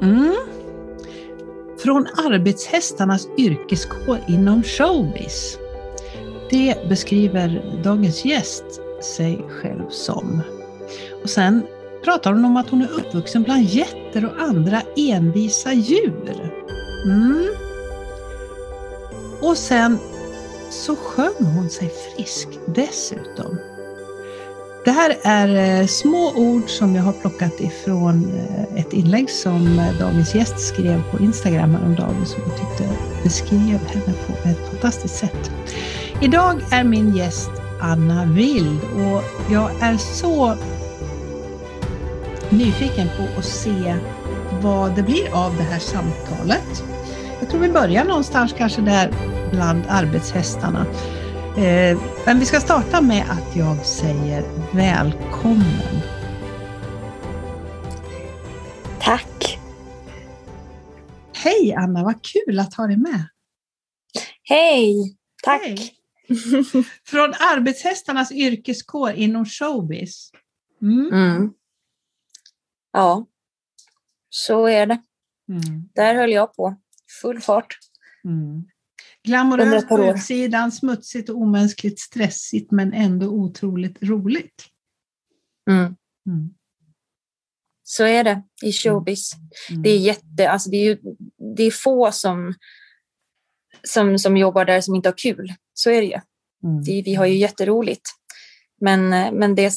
Mm. Från arbetshästarnas yrkeskår inom showbiz. Det beskriver dagens gäst sig själv som. Och sen pratar hon om att hon är uppvuxen bland getter och andra envisa djur. Och sen så sjöng hon sig frisk dessutom. Det här är små ord som jag har plockat ifrån ett inlägg som dagens gäst skrev på Instagram häromdagen, som jag tyckte beskrev henne på ett fantastiskt sätt. Idag är min gäst Anna Wild och jag är så nyfiken på att se vad det blir av det här samtalet. Jag tror vi börjar någonstans kanske där bland arbetshästarna. Men vi ska starta med att jag säger välkommen. Tack. Hej Anna, vad kul att ha dig med. Hej, tack. Hej. Från arbetshästarnas yrkeskår inom showbiz. Ja, så är det. Där höll jag på. Full fart. Glamoröst på utsidan, smutsigt och omänskligt stressigt, men ändå otroligt roligt. Så är det i showbiz. Det är det är få som jobbar där som inte har kul. Så är det ju. Vi har ju jätteroligt. Men det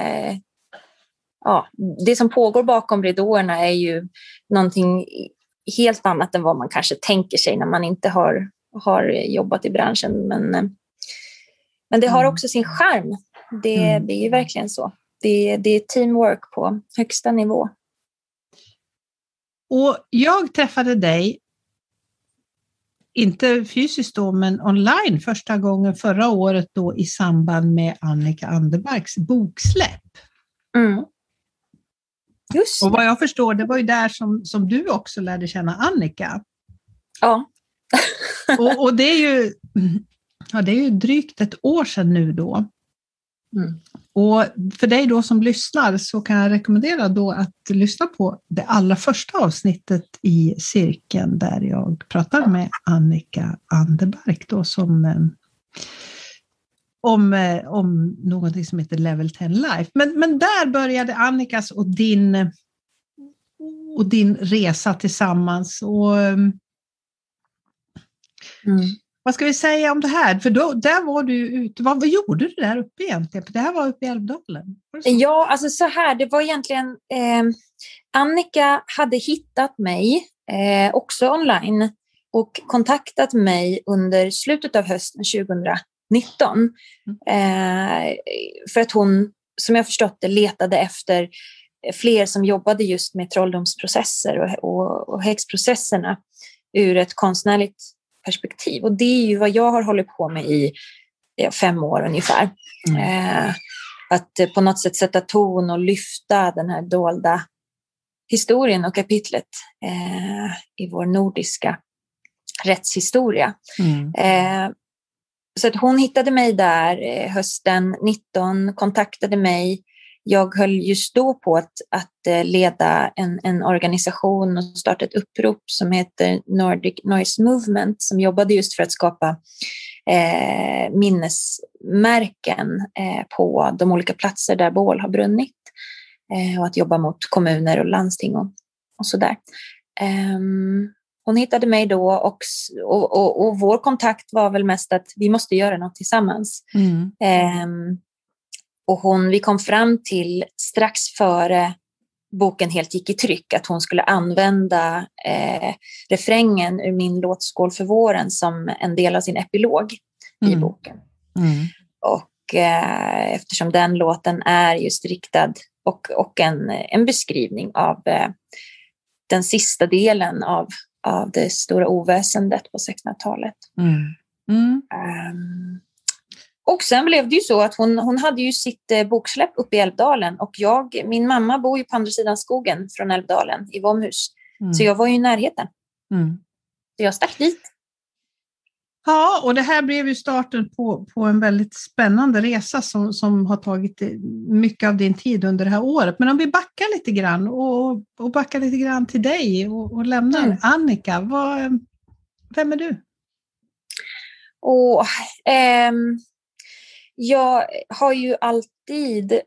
som pågår bakom ridåerna är ju någonting helt annat än vad man kanske tänker sig när man inte har jobbat i branschen. Men det har också sin charm. Det är ju verkligen så. Det är teamwork på högsta nivå. Och jag träffade dig, inte fysiskt då, men online första gången förra året då i samband med Annika Anderbarks boksläpp. Just. Och vad jag förstår, det var ju där som du också lärde känna Annika. Ja. och det är ju drygt ett år sedan nu då. Och för dig då som lyssnar så kan jag rekommendera då att lyssna på det allra första avsnittet i cirkeln där jag pratar med Annika Anderbark då om någonting som heter Level 10 Life. Men där började Annikas och din resa tillsammans. Och vad ska vi säga om det här? För där var du ute. Vad gjorde du där uppe egentligen? För det här var uppe i Älvdalen. Ja, alltså så här. Det var egentligen Annika hade hittat mig också online och kontaktat mig under slutet av hösten 2019. För att hon, som jag förstått det, letade efter fler som jobbade just med trolldomsprocesser och häxprocesserna ur ett konstnärligt perspektiv. Och det är ju vad jag har hållit på med i 5 år ungefär. Att på något sätt sätta ton och lyfta den här dolda historien och kapitlet i vår nordiska rättshistoria. Så att hon hittade mig där hösten 19, kontaktade mig. Jag höll just då på att leda en organisation och starta ett upprop som heter Nordic Noise Movement, som jobbade just för att skapa minnesmärken på de olika platser där bål har brunnit och att jobba mot kommuner och landsting och sådär. Hon hittade mig då och vår kontakt var väl mest att vi måste göra något tillsammans. Och vi kom fram till strax före boken helt gick i tryck att hon skulle använda refrängen ur min låt Skål för våren som en del av sin epilog i boken. Och eftersom den låten är just riktad och en beskrivning av den sista delen av det stora oväsendet på 1600-talet. Och sen blev det ju så att hon hade ju sitt boksläpp uppe i Älvdalen och min mamma bor ju på andra sidan skogen från Älvdalen i Våmhus. Så jag var ju i närheten. Så jag stack dit. Ja, och det här blev ju starten på en väldigt spännande resa som har tagit mycket av din tid under det här året. Men om vi backar lite grann och backar lite grann till dig och lämnar Annika, vem är du? Jag har ju alltid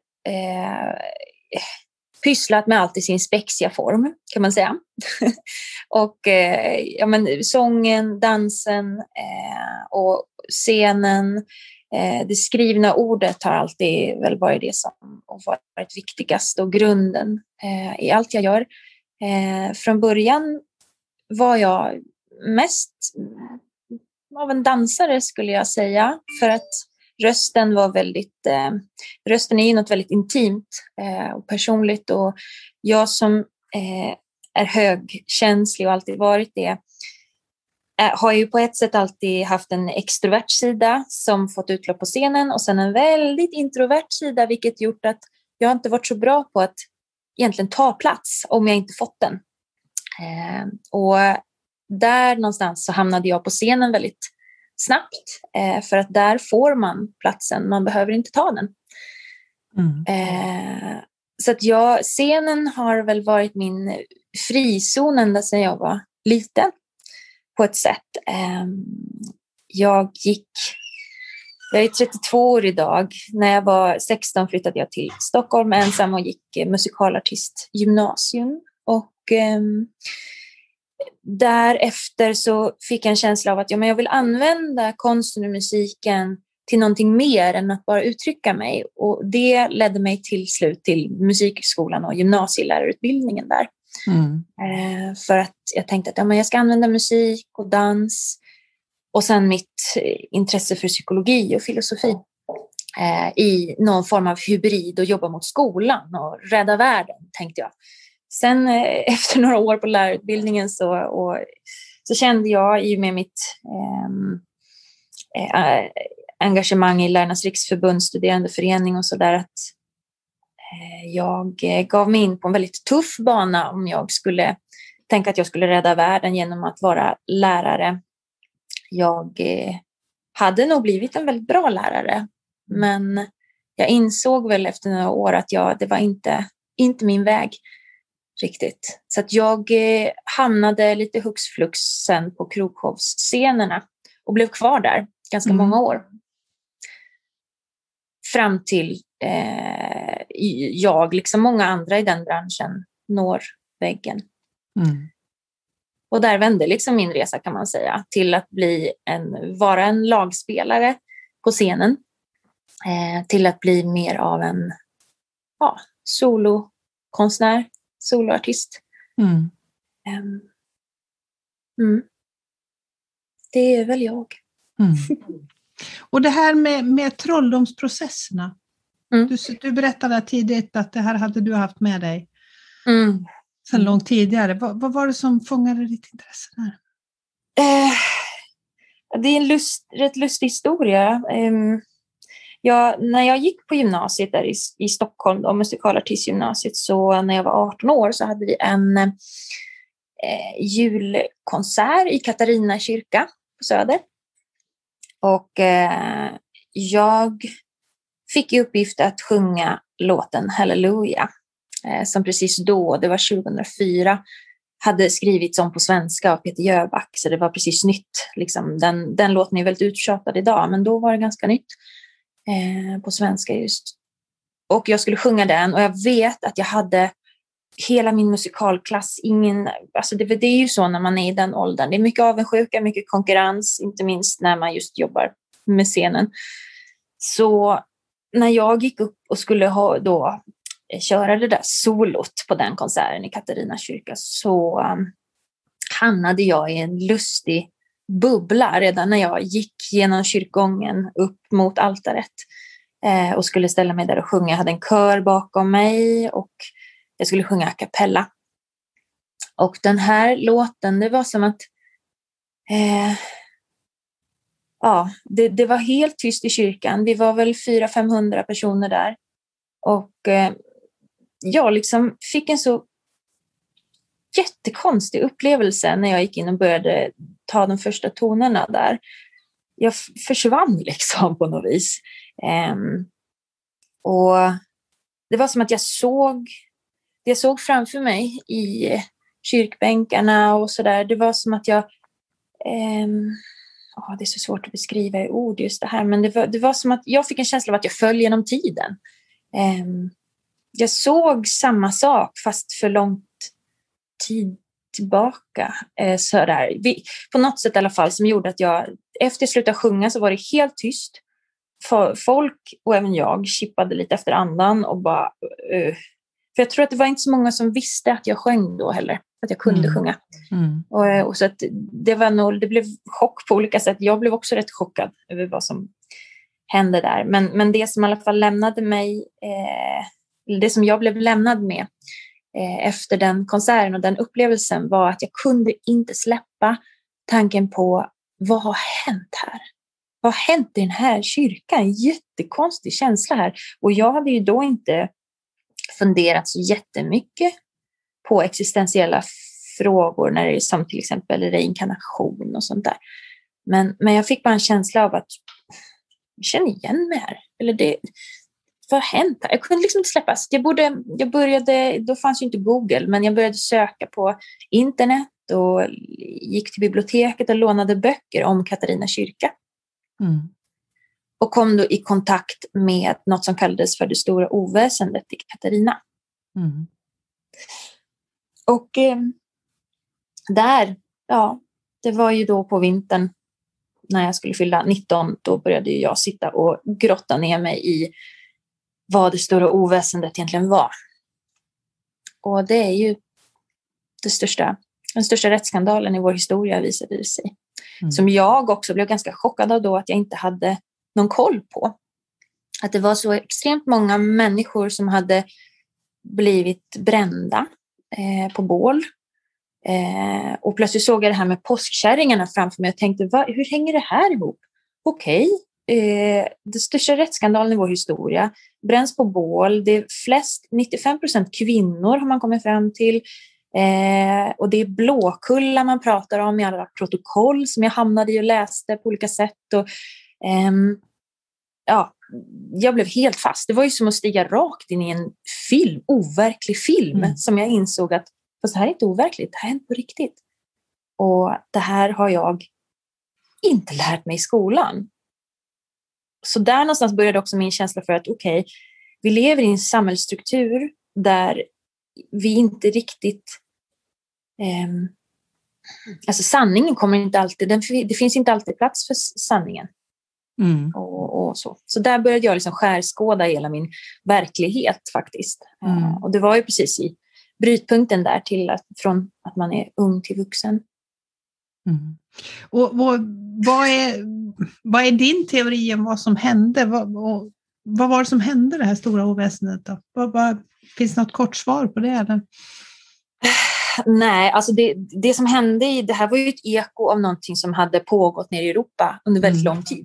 pysslat med allt i sin spexiga form, kan man säga. Och sången, dansen och scenen, det skrivna ordet har alltid väl varit det som har varit viktigast och grunden i allt jag gör. Från början var jag mest av en dansare, skulle jag säga, för att rösten är ju något väldigt intimt och personligt, och jag som är högkänslig och alltid varit det, har ju på ett sätt alltid haft en extrovert sida som fått utlopp på scenen, och sen en väldigt introvert sida, vilket gjort att jag inte varit så bra på att egentligen ta plats om jag inte fått den. Och där någonstans så hamnade jag på scenen väldigt snabbt, för att där får man platsen, man behöver inte ta den. Så att scenen har väl varit min frizon ända sedan jag var liten på ett sätt. Jag är 32 år idag. När jag var 16 flyttade jag till Stockholm ensam och gick musikalartistgymnasium, och därefter så fick jag en känsla av att jag vill använda konsten och musiken till någonting mer än att bara uttrycka mig. Och det ledde mig till slut till musikskolan och gymnasielärarutbildningen där. För att jag tänkte att jag ska använda musik och dans och sen mitt intresse för psykologi och filosofi i någon form av hybrid och jobba mot skolan och rädda världen, tänkte jag. Sen efter några år på lärarutbildningen så kände jag, i och med mitt engagemang i Lärarnas riksförbund, studerandeförening och sådär, att jag gav mig in på en väldigt tuff bana om jag skulle tänka att jag skulle rädda världen genom att vara lärare. Jag hade nog blivit en väldigt bra lärare, men jag insåg väl efter några år att det var inte min väg riktigt. Så att jag hamnade lite hux flux sen på krogshowsscenerna och blev kvar där ganska många år. Fram till jag, liksom många andra i den branschen, når väggen. Och där vände liksom min resa, kan man säga, till att vara en lagspelare på scenen, till att bli mer av en solokonstnär, soloartist. Det är väl jag. Och det här med trolldomsprocesserna. Du berättade tidigt att det här hade du haft med dig sedan långt tidigare. Vad var det som fångade ditt intresse där? Det är en rätt lustig historia. När jag gick på gymnasiet där i Stockholm, då, musikalartistgymnasiet, så när jag var 18 år så hade vi en julkonsert i Katarina kyrka på Söder. Och jag fick i uppgift att sjunga låten Halleluja, som precis då, det var 2004, hade skrivits om på svenska av Peter Jöback, så det var precis nytt. Liksom, den låten är väldigt uttjatad idag, men då var det ganska nytt på svenska just. Och jag skulle sjunga den, och jag vet att jag hade hela min musikalklass, det är ju så när man är i den åldern. Det är mycket avundsjuka, mycket konkurrens, inte minst när man just jobbar med scenen. Så när jag gick upp och skulle köra det där solot på den konserten i Katarina kyrka, så hamnade jag i en lustig bubbla redan när jag gick genom kyrkogången upp mot altaret och skulle ställa mig där och sjunga. Jag hade en kör bakom mig och jag skulle sjunga a cappella. Och den här låten, det var som att det var helt tyst i kyrkan. Vi var väl 400-500 personer där. Och jag liksom fick en så jättekonstig upplevelse när jag gick in och började ta de första tonerna där. jag försvann liksom på något vis. Och det var som att jag såg framför mig i kyrkbänkarna och sådär. Det var som att det är så svårt att beskriva i ord just det här, men det var som att jag fick en känsla av att jag föll genom tiden. Jag såg samma sak fast för långt tid tillbaka. På något sätt i alla fall, som gjorde att jag efter jag slutade sjunga så var det helt tyst. Folk och även jag kippade lite efter andan och bara för jag tror att det var inte så många som visste att jag sjöng då heller, att jag kunde sjunga. Och så att det blev chock på olika sätt. Jag blev också rätt chockad över vad som hände där, men det som i alla fall lämnade mig det som jag blev lämnad med efter den konserten och den upplevelsen var att jag kunde inte släppa tanken på vad har hänt här? Vad har hänt i den här kyrkan? En jättekonstig känsla här. Och jag hade ju då inte funderat så jättemycket på existentiella frågor när det är som till exempel reinkarnation och sånt där. Men jag fick bara en känsla av att jag känner igen mig här. Eller vad har hänt här? Jag kunde liksom inte släppas. Jag började, då fanns ju inte Google, men jag började söka på internet och gick till biblioteket och lånade böcker om Katarina kyrka. Och kom då i kontakt med något som kallades för det stora oväsendet i Katarina. Och det var ju då på vintern när jag skulle fylla 19, då började jag sitta och grotta ner mig i vad det stora oväsendet egentligen var. Och det är ju den största rättsskandalen i vår historia, visade det sig. Som jag också blev ganska chockad av då, att jag inte hade någon koll på. Att det var så extremt många människor som hade blivit brända på bål. Och plötsligt såg jag det här med påskkärringarna framför mig och tänkte, hur hänger det här ihop? Okej. Det största rättsskandalen i vår historia bränns på bål. Det är 95% kvinnor har man kommit fram till. Och det är Blåkulla man pratar om i alla protokoll som jag hamnade i och läste på olika sätt. Och, jag blev helt fast. Det var ju som att stiga rakt in i en overklig film som jag insåg att fast det här är inte overkligt, det här är inte på riktigt. Och det här har jag inte lärt mig i skolan. Så där någonstans började också min känsla för att vi lever i en samhällsstruktur där vi inte riktigt sanningen kommer inte alltid, det finns inte alltid plats för sanningen. Och så där började jag liksom skärskåda hela min verklighet faktiskt. Och det var ju precis i brytpunkten där från att man är ung till vuxen. Och vad är din teori om vad som hände? Vad var det som hände, det här stora oväsendet då? Finns det något kort svar på det eller? Nej, alltså det som hände det här var ju ett eko av någonting som hade pågått ner i Europa under väldigt lång tid.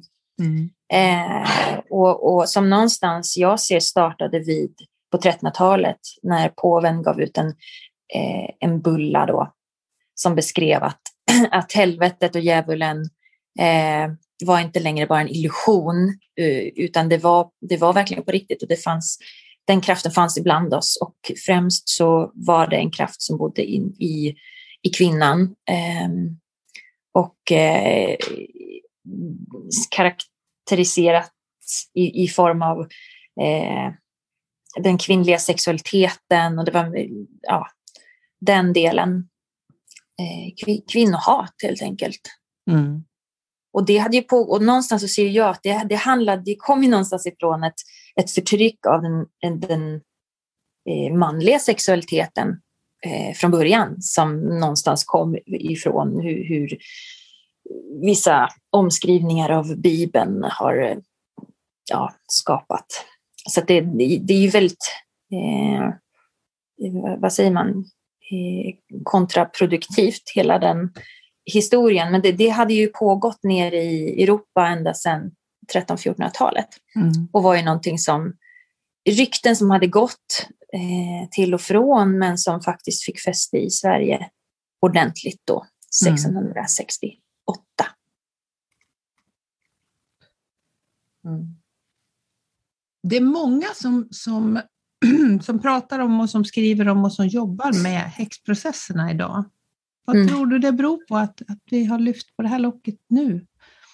Och som någonstans jag ser startade på 1300-talet när påven gav ut en bulla då som beskrev att helvetet och djävulen var inte längre bara en illusion, utan det var verkligen på riktigt, och den kraften fanns ibland oss, och främst så var det en kraft som bodde in i kvinnan och karaktäriserat i form av den kvinnliga sexualiteten, och det var den delen kvinnohat helt enkelt. Och det hade ju och någonstans så ser jag att det kom ju någonstans ifrån ett förtryck av den manliga sexualiteten från början, som någonstans kom ifrån hur vissa omskrivningar av Bibeln har skapat. Så att det är ju väldigt vad säger man, kontraproduktivt hela den historien, men det hade ju pågått ner i Europa ända sedan 1300-1400-talet och var ju någonting som rykten som hade gått till och från, men som faktiskt fick fäste i Sverige ordentligt då 1668. Det är många som pratar om och som skriver om och som jobbar med häxprocesserna idag. Vad tror du det beror på att vi har lyft på det här locket nu?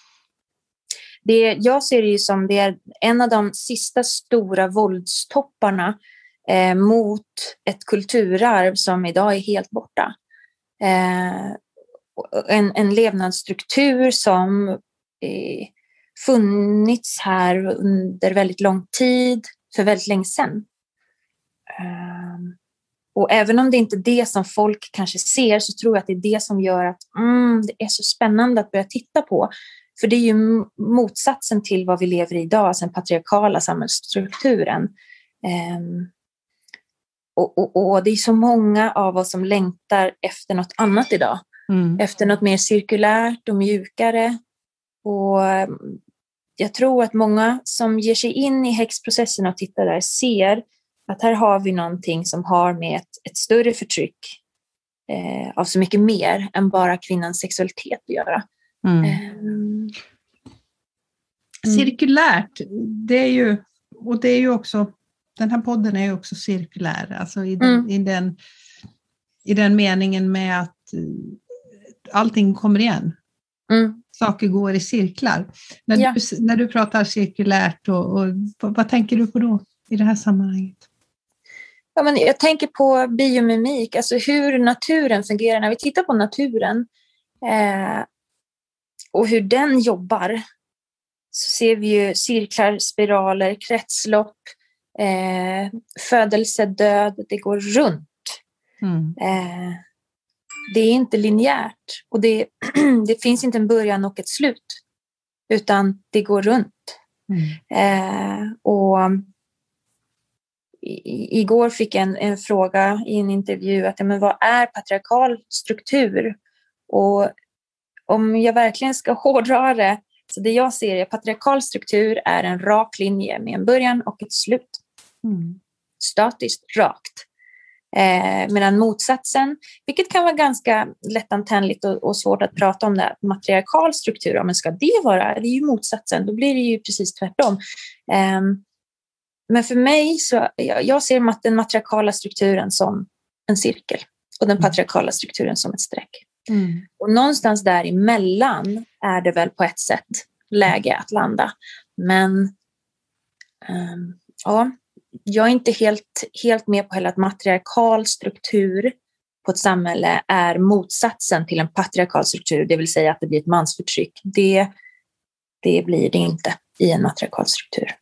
Jag ser det ju som det är en av de sista stora våldstopparna mot ett kulturarv som idag är helt borta. En levnadsstruktur som funnits här under väldigt lång tid, för väldigt länge sedan. Och även om det inte är det som folk kanske ser, så tror jag att det är det som gör att det är så spännande att börja titta på. För det är ju motsatsen till vad vi lever i idag, alltså den patriarkala samhällsstrukturen. Och det är så många av oss som längtar efter något annat idag. Efter något mer cirkulärt och mjukare. Och jag tror att många som ger sig in i häxprocessen och tittar där ser att här har vi någonting som har med ett större förtryck av så mycket mer än bara kvinnans sexualitet att göra. Cirkulärt, det är ju också, den här podden är ju också cirkulär, alltså i den meningen med att allting kommer igen. Saker går i cirklar. När du pratar cirkulärt, och vad tänker du på då i det här sammanhanget? Ja, men jag tänker på biomimik, alltså hur naturen fungerar. När vi tittar på naturen och hur den jobbar, så ser vi ju cirklar, spiraler, kretslopp, födelse, död, det går runt. Det är inte linjärt, och det finns inte en början och ett slut, utan det går runt. Och igår fick en fråga i en intervju att men vad är patriarkal struktur? Och om jag verkligen ska hårdra det, så det jag ser är patriarkal struktur är en rak linje med en början och ett slut. Statiskt, rakt. Medan motsatsen, vilket kan vara ganska lättantändligt och svårt att prata om, det matriarkal struktur, men ska det vara, det är ju motsatsen, då blir det ju precis tvärtom. Men för mig så, jag ser den matriarkala strukturen som en cirkel och den patriarkala strukturen som ett streck. Och någonstans däremellan är det väl på ett sätt läge att landa. Men jag är inte helt med på heller att matriarkal struktur på ett samhälle är motsatsen till en patriarkal struktur, det vill säga att det blir ett mansförtryck. Det blir det inte i en matriarkal struktur.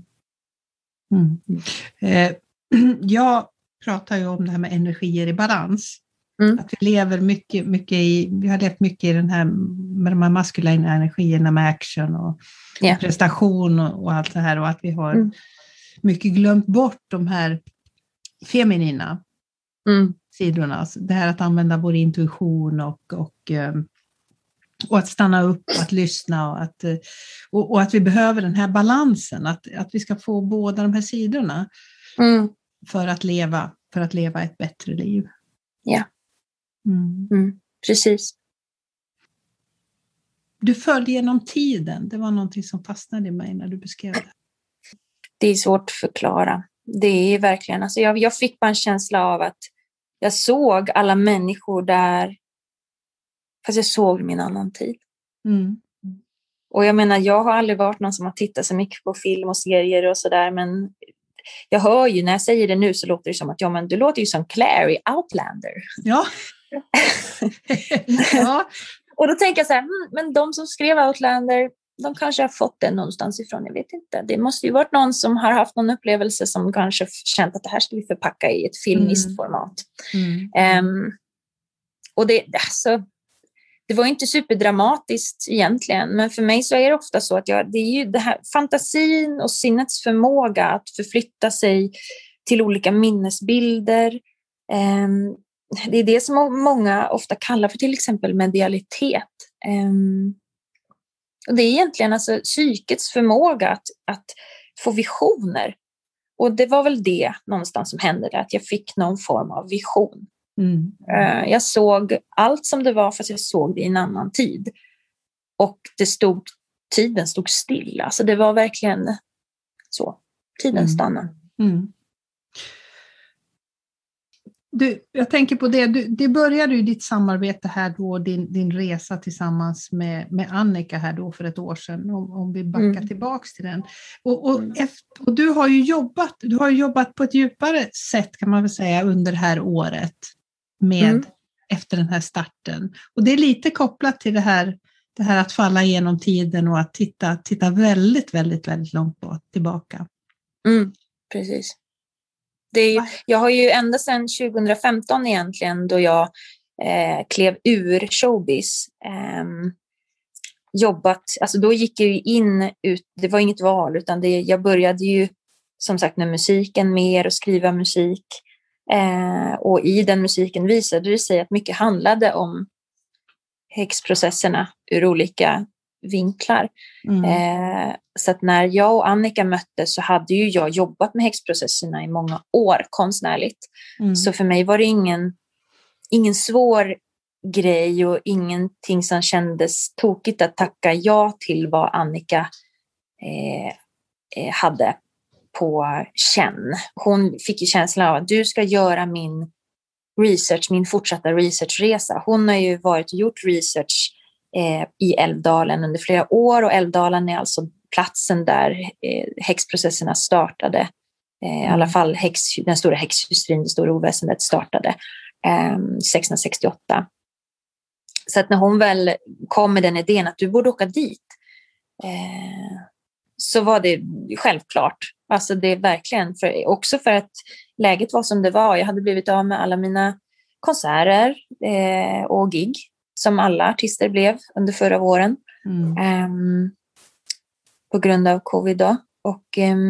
Jag pratar ju om det här med energier i balans. Att vi lever mycket vi har levt mycket i den här, med de här maskulina energierna, med action och prestation och allt det här, och att vi har mycket glömt bort de här feminina sidorna. Alltså det här att använda vår intuition och att stanna upp, att lyssna, och att vi behöver den här balansen, att vi ska få båda de här sidorna för att leva ett bättre liv. Ja. Precis. Du följde genom tiden. Det var någonting som fastnade i mig när du beskrev det. Det är svårt att förklara. Det är verkligen, alltså jag fick bara en känsla av att jag såg alla människor där, fast jag såg dem i en annan tid. Och jag menar, jag har aldrig varit någon som har tittat så mycket på film och serier och sådär, men jag hör ju, när jag säger det nu så låter det som att men du låter ju som Claire i Outlander. Ja. Och då tänker jag så här, men de som skrev Outlander, de kanske har fått det någonstans ifrån, jag vet inte. Det måste ju varit någon som har haft någon upplevelse som kanske känt att det här ska vi förpacka i ett filmiskt format. Och det var inte superdramatiskt egentligen, men för mig så är det ofta så att det är ju det här fantasin och sinnets förmåga att förflytta sig till olika minnesbilder. Det är det som många ofta kallar för till exempel medialitet. Och det är egentligen alltså psykets förmåga att få visioner. Och det var väl det någonstans som hände, att jag fick någon form av vision. Jag såg allt som det var, fast jag såg det i en annan tid. Och det stod tiden stod still. Alltså det var verkligen så. Tiden stannade. Mm. Jag tänker på det började ju ditt samarbete här då, din resa tillsammans med Annika här då för ett år sedan, om vi backar tillbaks till den. Och du har ju jobbat på ett djupare sätt kan man väl säga under det här året efter den här starten. Och det är lite kopplat till det här att falla igenom tiden och att titta väldigt, väldigt, väldigt långt tillbaka. Precis. Jag har ju ända sedan 2015 egentligen, då jag klev ur showbiz, jobbat, alltså då gick jag ju ut, det var inget val, utan jag började ju som sagt med musiken mer och skriva musik, och i den musiken visade det sig att mycket handlade om häxprocesserna ur olika vinklar. Så att när jag och Annika möttes så hade ju jag jobbat med häxprocesserna i många år konstnärligt. Så för mig var det ingen svår grej och ingenting som kändes tokigt att tacka ja till vad Annika hade på känn. Hon fick ju känslan av att du ska göra min fortsatta researchresa. Hon har ju varit och gjort research i Älvdalen under flera år, och Älvdalen är alltså platsen där häxprocesserna startade. I alla fall den stora häxhysterin, det stora oväsendet startade 1668. Så att när hon väl kom med den idén att du borde åka dit, så var det självklart. Alltså det är verkligen, också för att läget var som det var. Jag hade blivit av med alla mina konserter och gig, som alla artister blev under förra våren. På grund av covid då. Och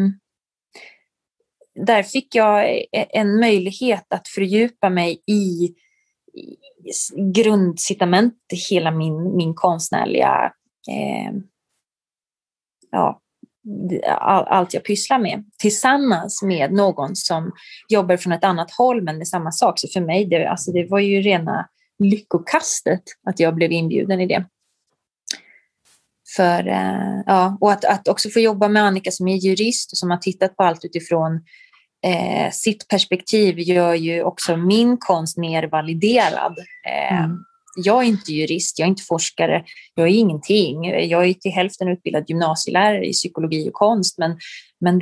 där fick jag en möjlighet att fördjupa mig i grundcitament i hela min konstnärliga allt jag pysslar med, tillsammans med någon som jobbar från ett annat håll men med samma sak. Så för mig, det var ju rena lyckokastet att jag blev inbjuden i det. Och att också få jobba med Annika som är jurist och som har tittat på allt utifrån sitt perspektiv gör ju också min konst mer validerad. Jag är inte jurist, jag är inte forskare, jag är ingenting. Jag är till hälften utbildad gymnasielärare i psykologi och konst, men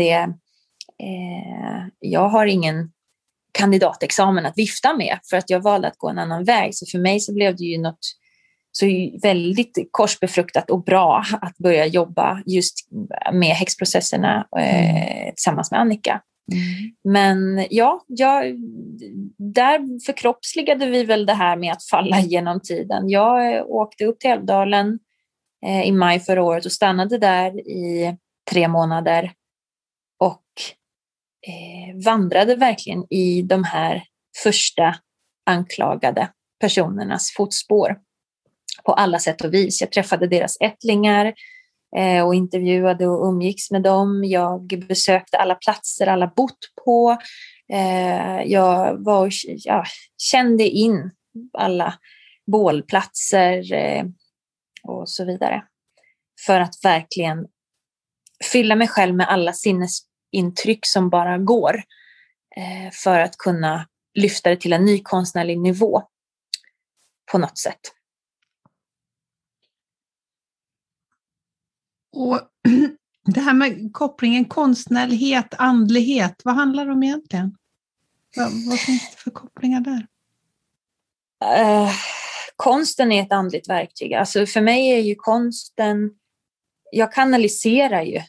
jag har ingen kandidatexamen att vifta med för att jag valde att gå en annan väg. Så för mig så blev det ju något så väldigt korsbefruktat och bra att börja jobba just med häxprocesserna tillsammans med Annika. Men där förkroppsligade vi väl det här med att falla genom tiden. Jag åkte upp till Älvdalen i maj förra året och stannade där i 3 månader och vandrade verkligen i de här första anklagade personernas fotspår på alla sätt och vis. Jag träffade deras ättlingar och intervjuade och umgicks med dem. Jag besökte alla platser alla bott på. Jag kände in alla bålplatser och så vidare. För att verkligen fylla mig själv med alla sinnesintryck som bara går. För att kunna lyfta det till en ny konstnärlig nivå på något sätt. Och det här med kopplingen konstnärlighet, andlighet, vad handlar det om egentligen? Vad finns det för kopplingar där? Konsten är ett andligt verktyg. Alltså för mig är ju konsten, jag kanaliserar ju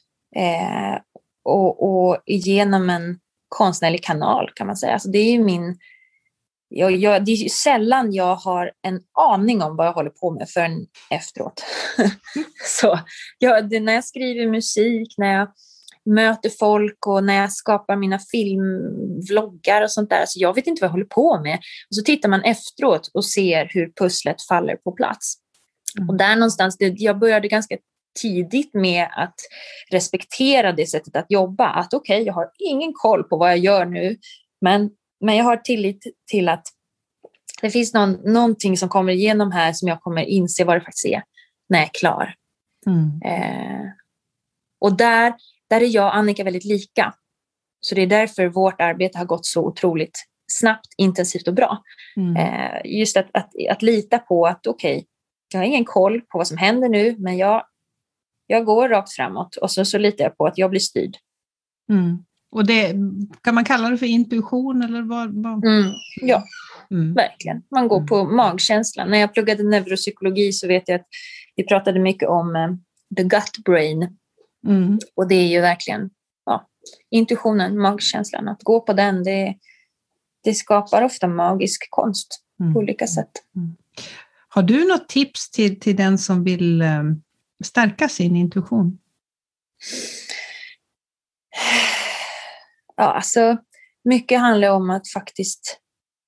och genom en konstnärlig kanal kan man säga. Alltså det är ju det är ju sällan jag har en aning om vad jag håller på med förrän efteråt. Så när jag skriver musik, när jag möter folk och när jag skapar mina filmvloggar och sånt där, så jag vet inte vad jag håller på med. Och så tittar man efteråt och ser hur pusslet faller på plats. Och där någonstans, jag började ganska tidigt med att respektera det sättet att jobba. Att okej, jag har ingen koll på vad jag gör nu, men jag har tillit till att det finns någonting som kommer igenom här som jag kommer inse vad det faktiskt är när jag är klar. Och där är jag och Annika väldigt lika. Så det är därför vårt arbete har gått så otroligt snabbt, intensivt och bra. Just att lita på att okej, jag har ingen koll på vad som händer nu, men jag går rakt framåt och så litar jag på att jag blir styrd. Och det, kan man kalla det för intuition eller vad? Ja, verkligen. Man går på magkänslan. När jag pluggade neuropsykologi så vet jag att vi pratade mycket om the gut brain. Och det är ju verkligen intuitionen, magkänslan. Att gå på den, det skapar ofta magisk konst på olika sätt. Har du något tips till den som vill stärka sin intuition? Ja, alltså mycket handlar om att faktiskt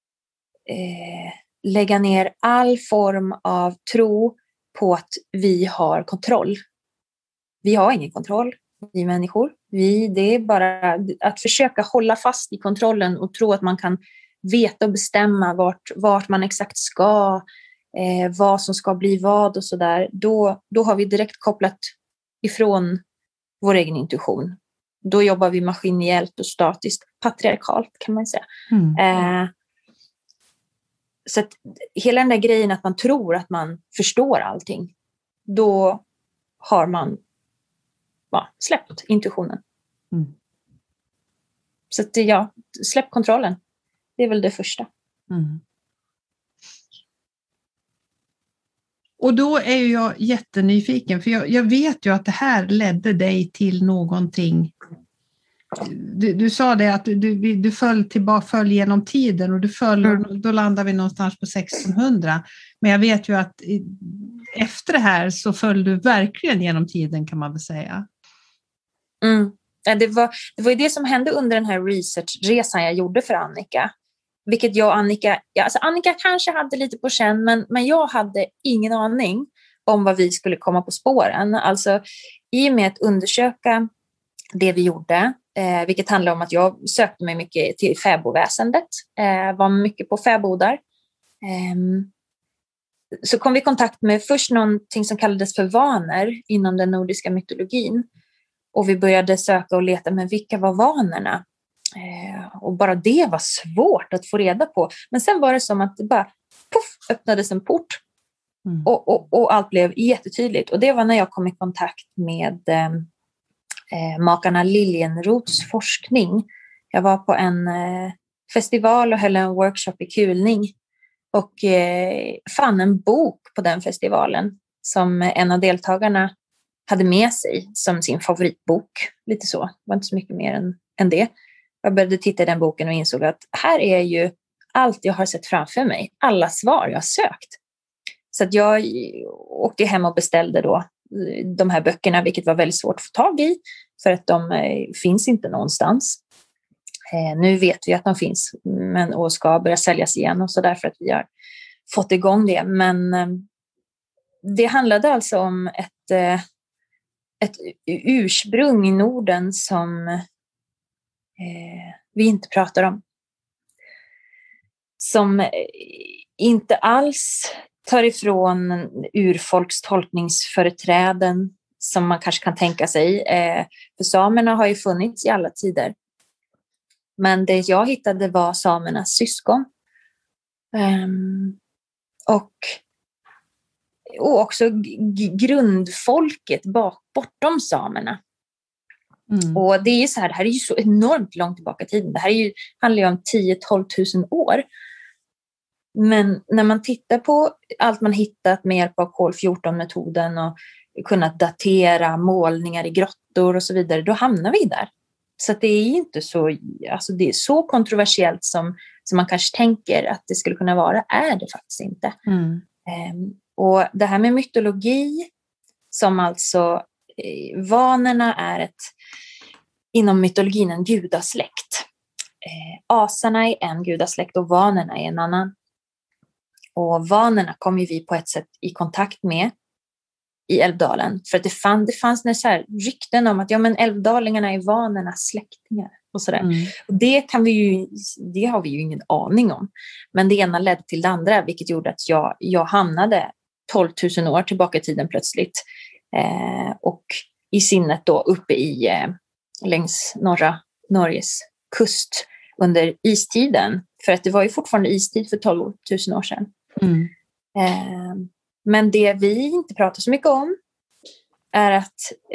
lägga ner all form av tro på att vi har kontroll. Vi har ingen kontroll, vi människor. Det är bara att försöka hålla fast i kontrollen och tro att man kan veta och bestämma vart man exakt ska, vad som ska bli vad och sådär. Då har vi direkt kopplat ifrån vår egen intuition. Då jobbar vi maskinellt och statiskt, patriarkalt kan man säga. Så att hela den där grejen att man tror att man förstår allting, då har man släppt intuitionen. Så att släpp kontrollen. Det är väl det första. Och då är ju jag jättenyfiken, för jag vet ju att det här ledde dig till någonting. Du sa det att du föll genom tiden och då landar vi någonstans på 1600. Men jag vet ju att efter det här så föll du verkligen genom tiden, kan man väl säga. Ja, det var ju det som hände under den här researchresan jag gjorde för Annika. Vilket jag och Annika, Annika kanske hade lite på känn, men jag hade ingen aning om vad vi skulle komma på spåren. Alltså i och med att undersöka det vi gjorde, vilket handlar om att jag sökte mig mycket till fäbodväsendet, var mycket på fäbodar. Så kom vi i kontakt med först någonting som kallades för vaner inom den nordiska mytologin. Och vi började söka och leta, men vilka var vanerna? Och bara det var svårt att få reda på. Men sen var det som att det bara öppnades en port. Och allt blev jättetydligt. Och det var när jag kom i kontakt med makarna Liljenroths forskning. Jag var på en festival och höll en workshop i kulning. Och fann en bok på den festivalen som en av deltagarna hade med sig som sin favoritbok. Lite så. Det var inte så mycket mer än det. Jag började titta i den boken och insåg att här är ju allt jag har sett framför mig. Alla svar jag har sökt. Så att jag åkte hem och beställde då de här böckerna, vilket var väldigt svårt att få tag i. För att de finns inte någonstans. Nu vet vi att de finns och ska börja säljas igen och så därför att vi har fått igång det. Men det handlade alltså om ett ursprung i Norden som vi inte pratar om. Som inte alls tar ifrån urfolks tolkningsföreträden som man kanske kan tänka sig. För samerna har ju funnits i alla tider. Men det jag hittade var samernas syskon. Och också grundfolket bortom samerna. Och det är ju så här, det här är ju så enormt långt tillbaka i tiden. Det här handlar ju om 10-12 000 år. Men när man tittar på allt man hittat med hjälp av kol-14-metoden och kunnat datera målningar i grottor och så vidare, då hamnar vi där. Så att det är inte så, alltså det är så kontroversiellt som man kanske tänker att det skulle kunna vara, är det faktiskt inte. Och det här med mytologi, som alltså vanerna är inom mytologin en gudasläkt. Asarna är en gudasläkt och vanerna är en annan. Och vanerna kom ju vi på ett sätt i kontakt med i Älvdalen. För att det fanns så här rykten om att älvdalingarna är vanernas släktingar. Och sådär. Och det har vi ju ingen aning om. Men det ena ledde till det andra, vilket gjorde att jag hamnade 12 000 år tillbaka i tiden plötsligt och i sinnet då uppe längs norra Norges kust under istiden. För att det var ju fortfarande istid för 12 000 år sedan. Mm. Men det vi inte pratar så mycket om är att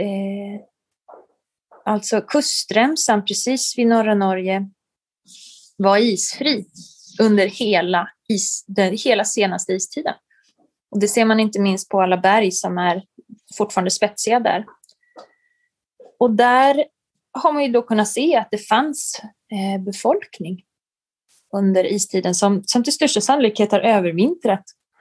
alltså kustremsan precis vid norra Norge var isfri under hela senaste istiden. Och det ser man inte minst på alla berg som är fortfarande spetsiga där. Och där har man ju då kunnat se att det fanns befolkning under istiden som till största sannolikhet har övervintrat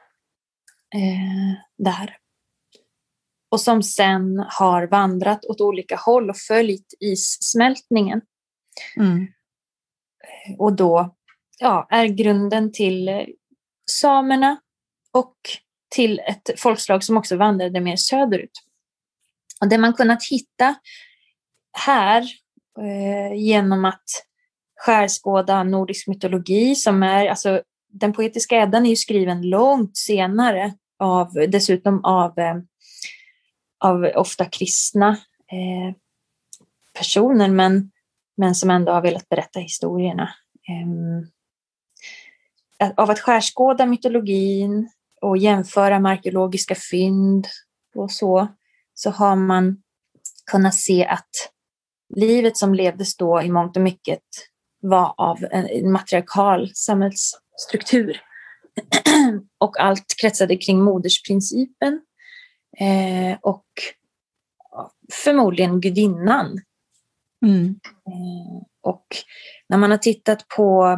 där. Och som sen har vandrat åt olika håll och följt issmältningen. Mm. Och då är grunden till samerna och till ett folkslag som också vandrade mer söderut. Och det man kunnat hitta här genom att skärskåda nordisk mytologi som är, alltså den poetiska Eddan är ju skriven långt senare dessutom av ofta kristna personer men som ändå har velat berätta historierna. Av att skärskåda mytologin och jämföra med arkeologiska fynd och så har man kunnat se att livet som levdes då i mångt och mycket var av en matriarkal samhällsstruktur. Och allt kretsade kring modersprincipen och förmodligen gudinnan. Mm. Och när man har tittat på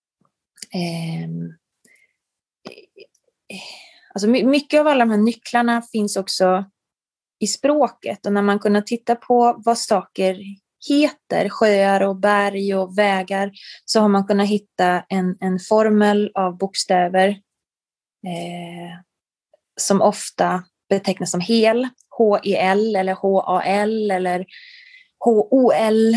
alltså mycket av alla de här nycklarna finns också i språket, och när man kunnat titta på vad saker heter, sjöar och berg och vägar, så har man kunnat hitta en formel av bokstäver som ofta betecknas som hel, H-E-L eller H-A-L eller H-O-L,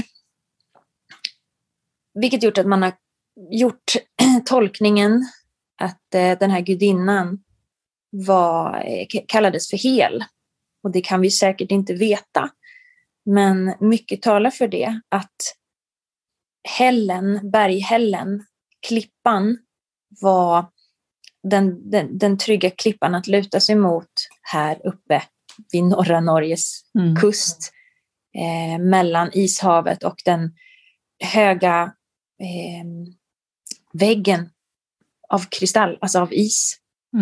vilket gjort att man har gjort tolkningen att den här gudinnan kallades för hel. Och det kan vi säkert inte veta. Men mycket talar för det, att berghällen, klippan, var den trygga klippan att luta sig mot här uppe vid norra Norges kust. Mellan ishavet och den höga väggen av kristall, alltså av is.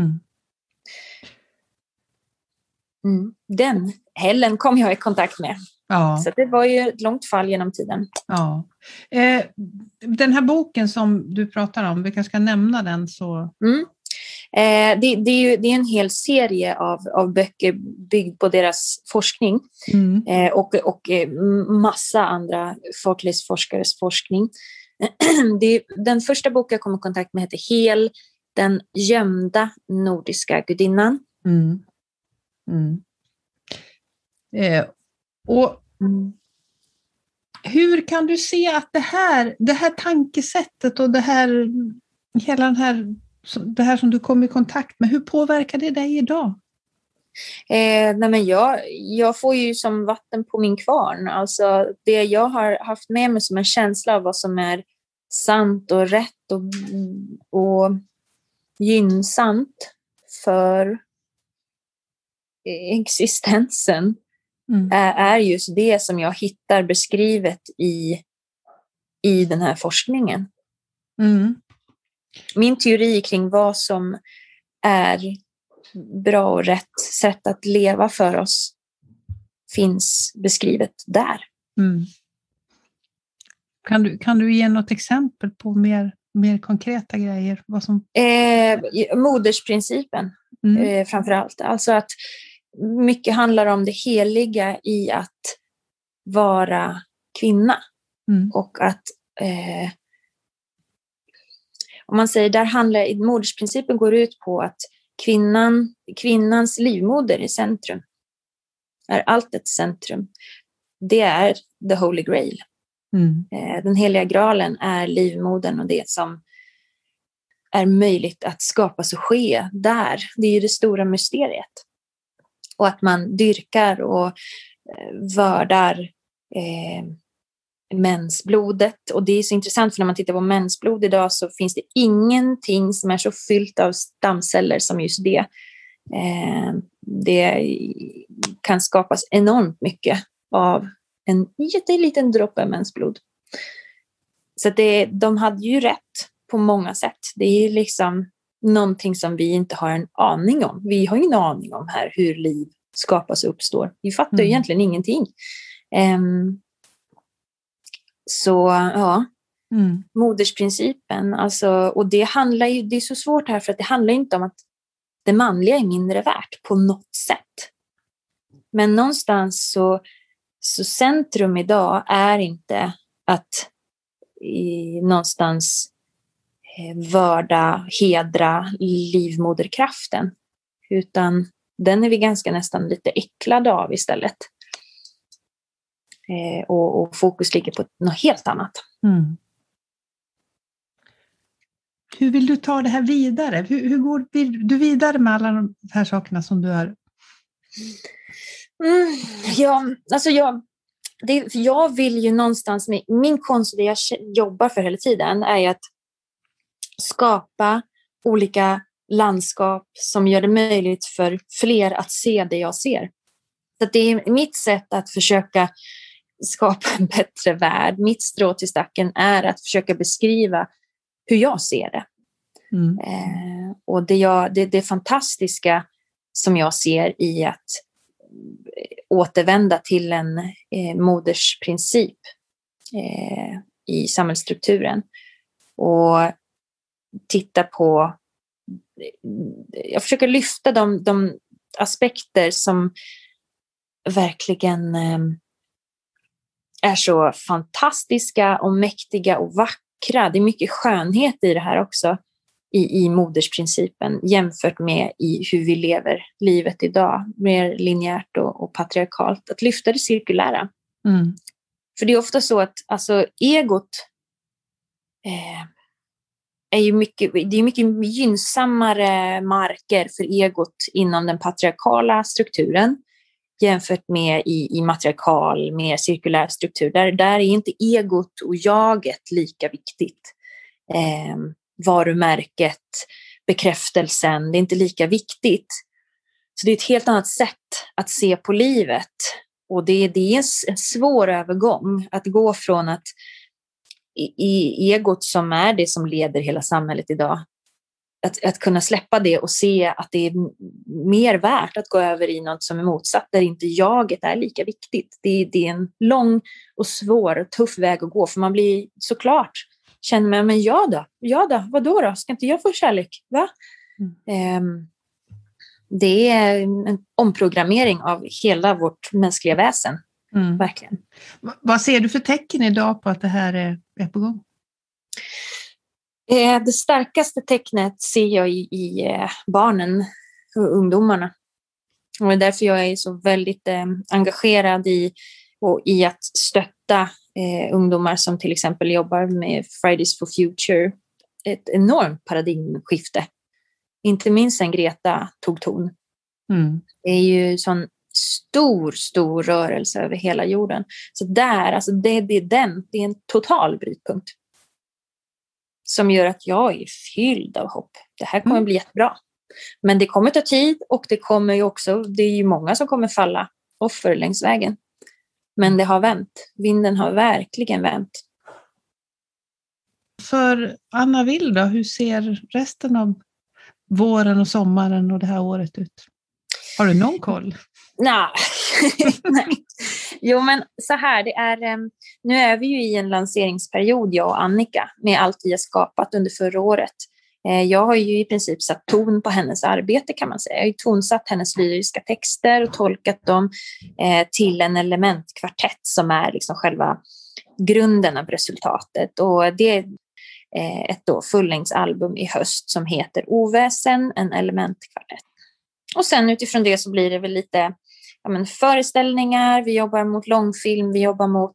Den hällen kom jag i kontakt med. Ja. Så det var ju ett långt fall genom tiden. Ja. Den här boken som du pratar om, vi kanske ska nämna den så. Det är en hel serie av böcker byggd på deras forskning och massa andra folklivsforskares forskning. Den första boken jag kom i kontakt med heter Hel, den gömda nordiska gudinnan. Hur kan du se att det här tankesättet och det här som du kom i kontakt med, hur påverkar det dig idag? Jag får ju som vatten på min kvarn. Alltså det jag har haft med mig som en känsla av vad som är sant och rätt och gynnsamt för existensen är just det som jag hittar beskrivet i den här forskningen. Min teori kring vad som är bra och rätt sätt att leva för oss finns beskrivet där. Kan du ge något exempel på mer konkreta grejer? Vad som... Modersprincipen framförallt. Alltså att mycket handlar om det heliga i att vara kvinna. Och att om man säger modersprincipen går ut på att kvinnans livmoder är centrum. Är allt ett centrum. Det är the holy grail. Den heliga graalen är livmodern och det som är möjligt att skapas och ske där. Det är ju det stora mysteriet. Och att man dyrkar och vördar mensblodet. Och det är så intressant, för när man tittar på mensblod idag så finns det ingenting som är så fyllt av stamceller som just det. Det kan skapas enormt mycket av en jätteliten droppe mensblod. Så de hade ju rätt på många sätt. Det är liksom någonting som vi inte har en aning om. Vi har ingen aning om här hur liv skapas och uppstår. Vi fattar ju egentligen ingenting. Så ja, modersprincipen, alltså, och det är så svårt här, för att det handlar inte om att det manliga är mindre värt på något sätt. Men någonstans så centrum idag är inte att någonstans vörda, hedra livmoderkraften, utan den är vi ganska nästan lite äcklade av istället. Och fokus ligger på något helt annat. Hur vill du ta det här vidare? Hur går du vidare med alla de här sakerna som du har? Jag vill ju någonstans, med min konst, det jag jobbar för hela tiden, är ju att skapa olika landskap som gör det möjligt för fler att se det jag ser. Så att det är mitt sätt att försöka skapa en bättre värld. Mitt strå till stacken är att försöka beskriva hur jag ser det. Och det fantastiska som jag ser i att återvända till en modersprincip i samhällsstrukturen och titta på, jag försöker lyfta de aspekter som verkligen är så fantastiska och mäktiga och vackra. Det är mycket skönhet i det här också, i modersprincipen, jämfört med i hur vi lever livet idag, mer linjärt och patriarkalt. Att lyfta det cirkulära. För det är ofta så att alltså, egot är ju mycket gynnsammare marker för egot inom den patriarkala strukturen jämfört med i matriarkal, mer cirkulär struktur. Där är inte egot och jaget lika viktigt. Varumärket, bekräftelsen, det är inte lika viktigt. Så det är ett helt annat sätt att se på livet. Och det är en svår övergång att gå från att i egot, som är det som leder hela samhället idag, att kunna släppa det och se att det är mer värt att gå över i något som är motsatt, där inte jaget är lika viktigt. Det är en lång och svår och tuff väg att gå, för man blir såklart, känner man, men ja då, vadå då? Ska inte jag få kärlek? Va? Det är en omprogrammering av hela vårt mänskliga väsen. Verkligen. Vad ser du för tecken idag på att det här är på gång? Det starkaste tecknet ser jag i barnen och ungdomarna. Och det är därför jag är så väldigt engagerad i att stötta ungdomar som till exempel jobbar med Fridays for Future. Ett enormt paradigmskifte. Inte minst sen Greta tog ton. Det är ju sån stor rörelse över hela jorden. Så där, alltså det är en total brytpunkt som gör att jag är fylld av hopp. Det här kommer bli jättebra. Men det kommer ta tid, och det är ju många som kommer falla offer längs vägen. Men det har vänt. Vinden har verkligen vänt. För Anna Will då, hur ser resten av våren och sommaren och det här året ut? Har du någon koll? Nej. Jo, men så här, nu är vi ju i en lanseringsperiod, jag och Annika, med allt vi har skapat under förra året. Jag har ju i princip satt ton på hennes arbete, kan man säga. Jag har ju tonsatt hennes lyriska texter och tolkat dem till en elementkvartett som är liksom själva grunden av resultatet. Och det är ett fullängdsalbum i höst som heter Oväsen, en elementkvartett. Och sen utifrån det så blir det väl lite föreställningar, vi jobbar mot långfilm, vi jobbar mot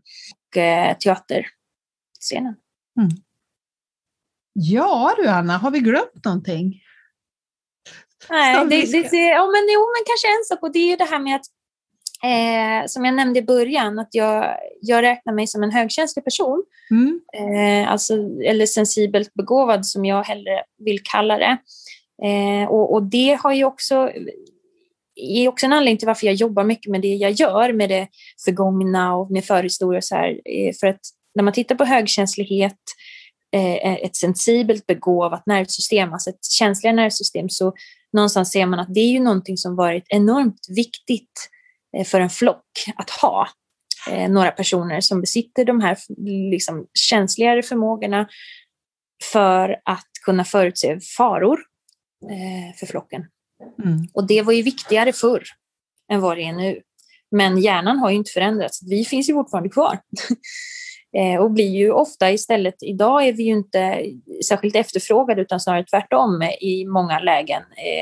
teaterscenen. Ja du Anna, har vi glömt någonting? Nej, men kanske en sak, och det är ju det här med att som jag nämnde i början, att jag räknar mig som en högkänslig person, eller sensibelt begåvad som jag hellre vill kalla det, och det har ju också är också en anledning till varför jag jobbar mycket med det jag gör, med det förgångna och med förhistorier så här, för att när man tittar på högkänslighet, ett sensibelt begåvat nervsystem, alltså ett känsligare nervsystem, så någonstans ser man att det är ju någonting som varit enormt viktigt för en flock att ha. Några personer som besitter de här liksom känsligare förmågorna för att kunna förutse faror för flocken. Och det var ju viktigare förr än vad det är nu. Men hjärnan har ju inte förändrats. Vi finns ju fortfarande kvar. Och blir ju ofta istället, idag är vi ju inte särskilt efterfrågade utan snarare tvärtom i många lägen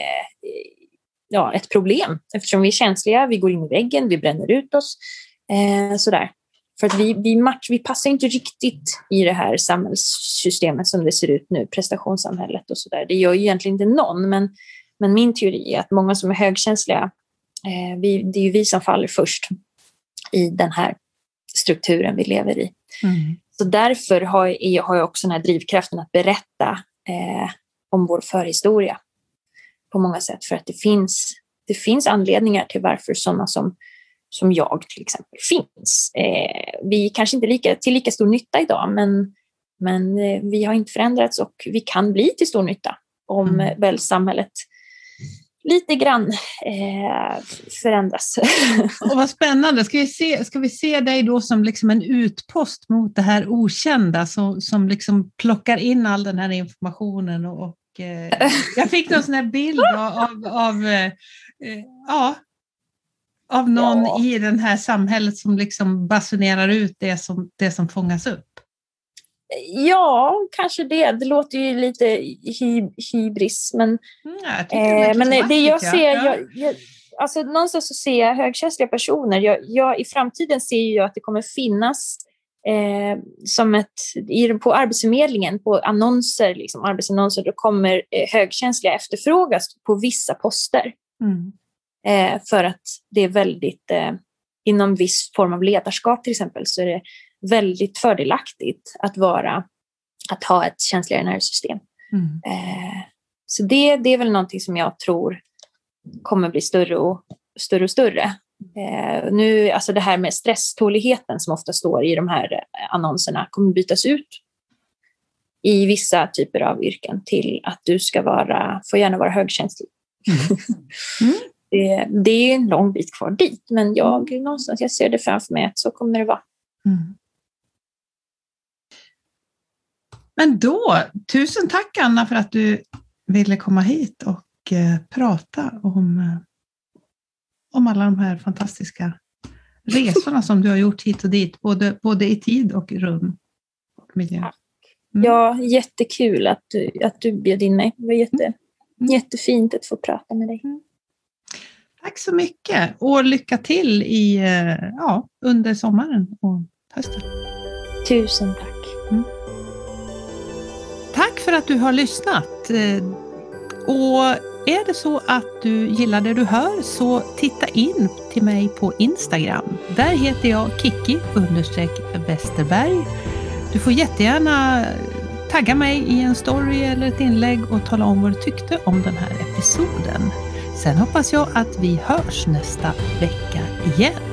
ett problem. Eftersom vi är känsliga, vi går in i väggen, vi bränner ut oss. Sådär. För att vi passar inte riktigt i det här samhällssystemet som det ser ut nu, prestationssamhället och sådär. Det gör ju egentligen inte någon, men min teori är att många som är högkänsliga, det är ju vi som faller först i den här strukturen vi lever i. Så därför har jag också den här drivkraften att berätta om vår förhistoria på många sätt, för att det finns anledningar till varför sådana som jag till exempel finns. Vi kanske inte till lika stor nytta idag, men vi har inte förändrats och vi kan bli till stor nytta om väl samhället lite grann förändras. Och vad spännande. Ska vi se dig då som liksom en utpost mot det här okända som liksom plockar in all den här informationen och jag fick någon sån här bild av någon i det här samhället som liksom basunerar ut det som fångas upp. Ja, kanske det. Det låter ju lite hybris, men det jag ser, alltså någonstans så ser jag högkänsliga personer. Jag i framtiden ser jag att det kommer finnas som på Arbetsförmedlingen, på annonser, liksom arbetsannonser, då kommer högkänsliga efterfrågas på vissa poster. För att det är väldigt inom viss form av ledarskap till exempel, så är det väldigt fördelaktigt att ha ett känsligare nervsystem. Så det är väl någonting som jag tror kommer bli större och större. Nu, alltså det här med stresståligheten som ofta står i de här annonserna kommer bytas ut i vissa typer av yrken till att du får gärna vara högkänslig. Det är en lång bit kvar dit, men jag ser det framför mig att så kommer det vara. Men då, tusen tack Anna för att du ville komma hit och prata om alla de här fantastiska resorna som du har gjort hit och dit, både i tid och rum och miljö. Ja, jättekul att du bjöd in mig. Det var jättefint att få prata med dig. Tack så mycket och lycka till under sommaren och hösten. Tusen tack. Tack för att du har lyssnat. Och är det så att du gillar det du hör, så titta in till mig på Instagram. Där heter jag Kiki_Westerberg. Du får jättegärna tagga mig i en story eller ett inlägg och tala om vad du tyckte om den här episoden. Sen hoppas jag att vi hörs nästa vecka igen.